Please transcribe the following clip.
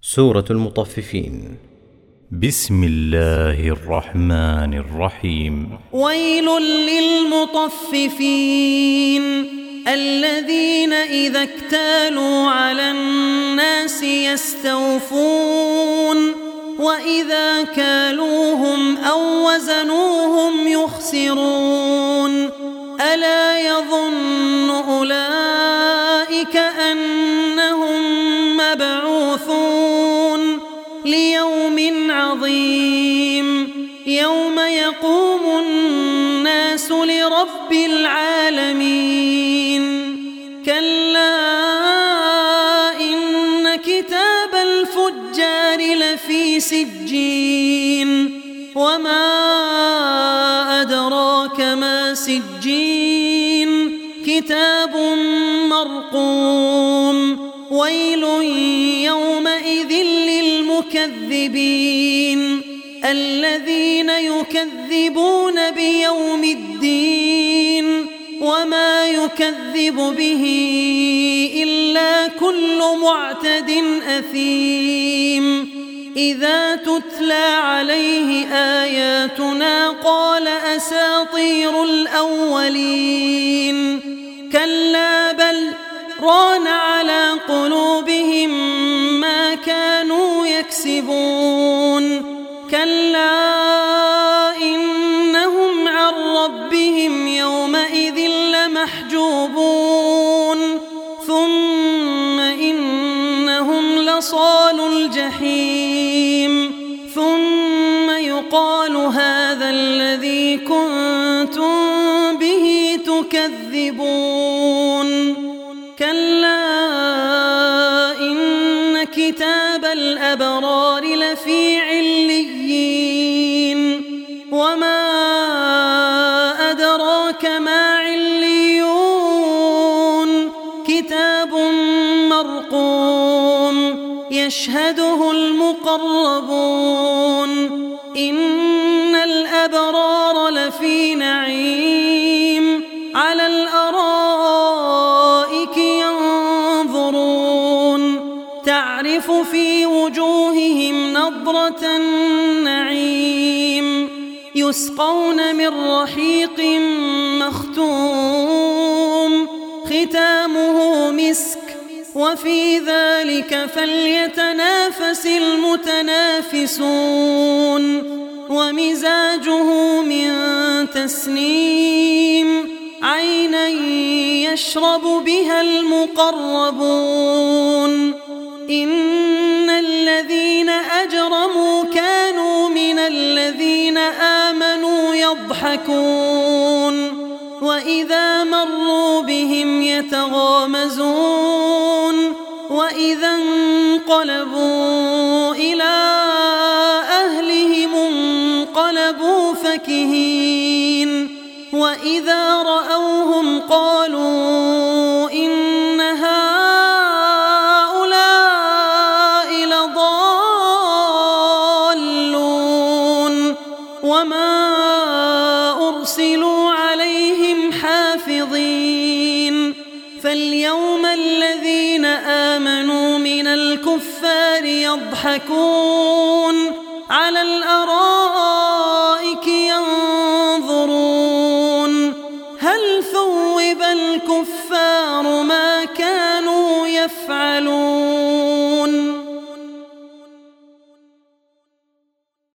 سورة المطففين. بسم الله الرحمن الرحيم. ويل للمطففين الذين إذا اكتالوا على الناس يستوفون وإذا كالوهم أو وزنوهم يخسرون ألا يظن أولئك أنهم مبعوثون ليوم عظيم يوم يقوم الناس لرب العالمين. كلا إن كتاب الفجار لفي سجين وما أدراك ما سجين كتاب مرقوم. ويل يومئذ للمكذبين الذين يكذبون بيوم الدين وما يكذب به إلا كل معتد أثيم. إذا تتلى عليه آياتنا قال أساطير الأولين. كلا بل ران على قلوبهم ما كانوا يكسبون. كلا إنهم عن ربهم يومئذ لمحجوبون ثم إنهم لصالو الجحيم ثم يقال هذا الذي كنتم به تكذبون. كلا إن كتاب الأبرار لفي عليين وما أدراك ما عليون كتاب مرقوم يشهده المقربون. إن الأبرار لفي نعيم على الأرائك ينظرون تعرف في وجوههم نضرة النعيم يسقون من رحيق مختوم ختامه مسك وفي ذلك فليتنافس المتنافسون. ومزاجه من تسنيم عينا يشرب بها المقربون. إن الذين أجرموا كانوا من الذين آمنوا يضحكون وإذا مروا بهم يتغامزون وإذا انقلبوا إلى أهلهم انقلبوا فكهين وإذا رأوهم قالوا إن هؤلاء لضالون وما أرسلوا عليهم حافظين. فاليوم الذين آمنوا من الكفار يضحكون على الأرائك ينظرون